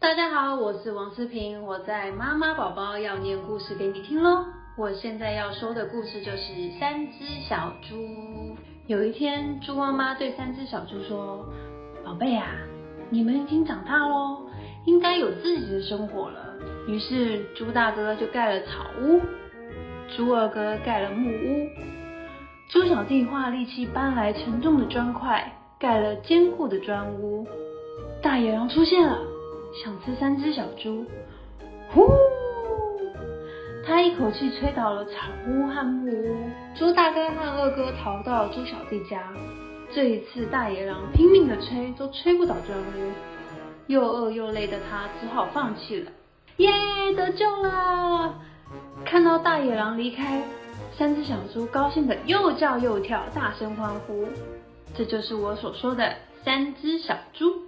大家好，我是王思平，我在妈妈宝宝要念故事给你听咯。我现在要说的故事就是三只小猪。有一天，猪妈妈对三只小猪说：宝贝啊，你们已经长大咯，应该有自己的生活了。于是猪大哥就盖了草屋，猪二哥盖了木屋，猪小弟花力气搬来沉重的砖块，盖了坚固的砖屋。大野狼出现了，想吃三只小猪。呼！他一口气吹倒了草屋和木屋。猪大哥和二哥逃到了猪小弟家。这一次大野狼拼命的吹，都吹不倒砖屋。又饿又累的他只好放弃了。耶，得救了！看到大野狼离开，三只小猪高兴的又叫又跳，大声欢呼。这就是我所说的三只小猪。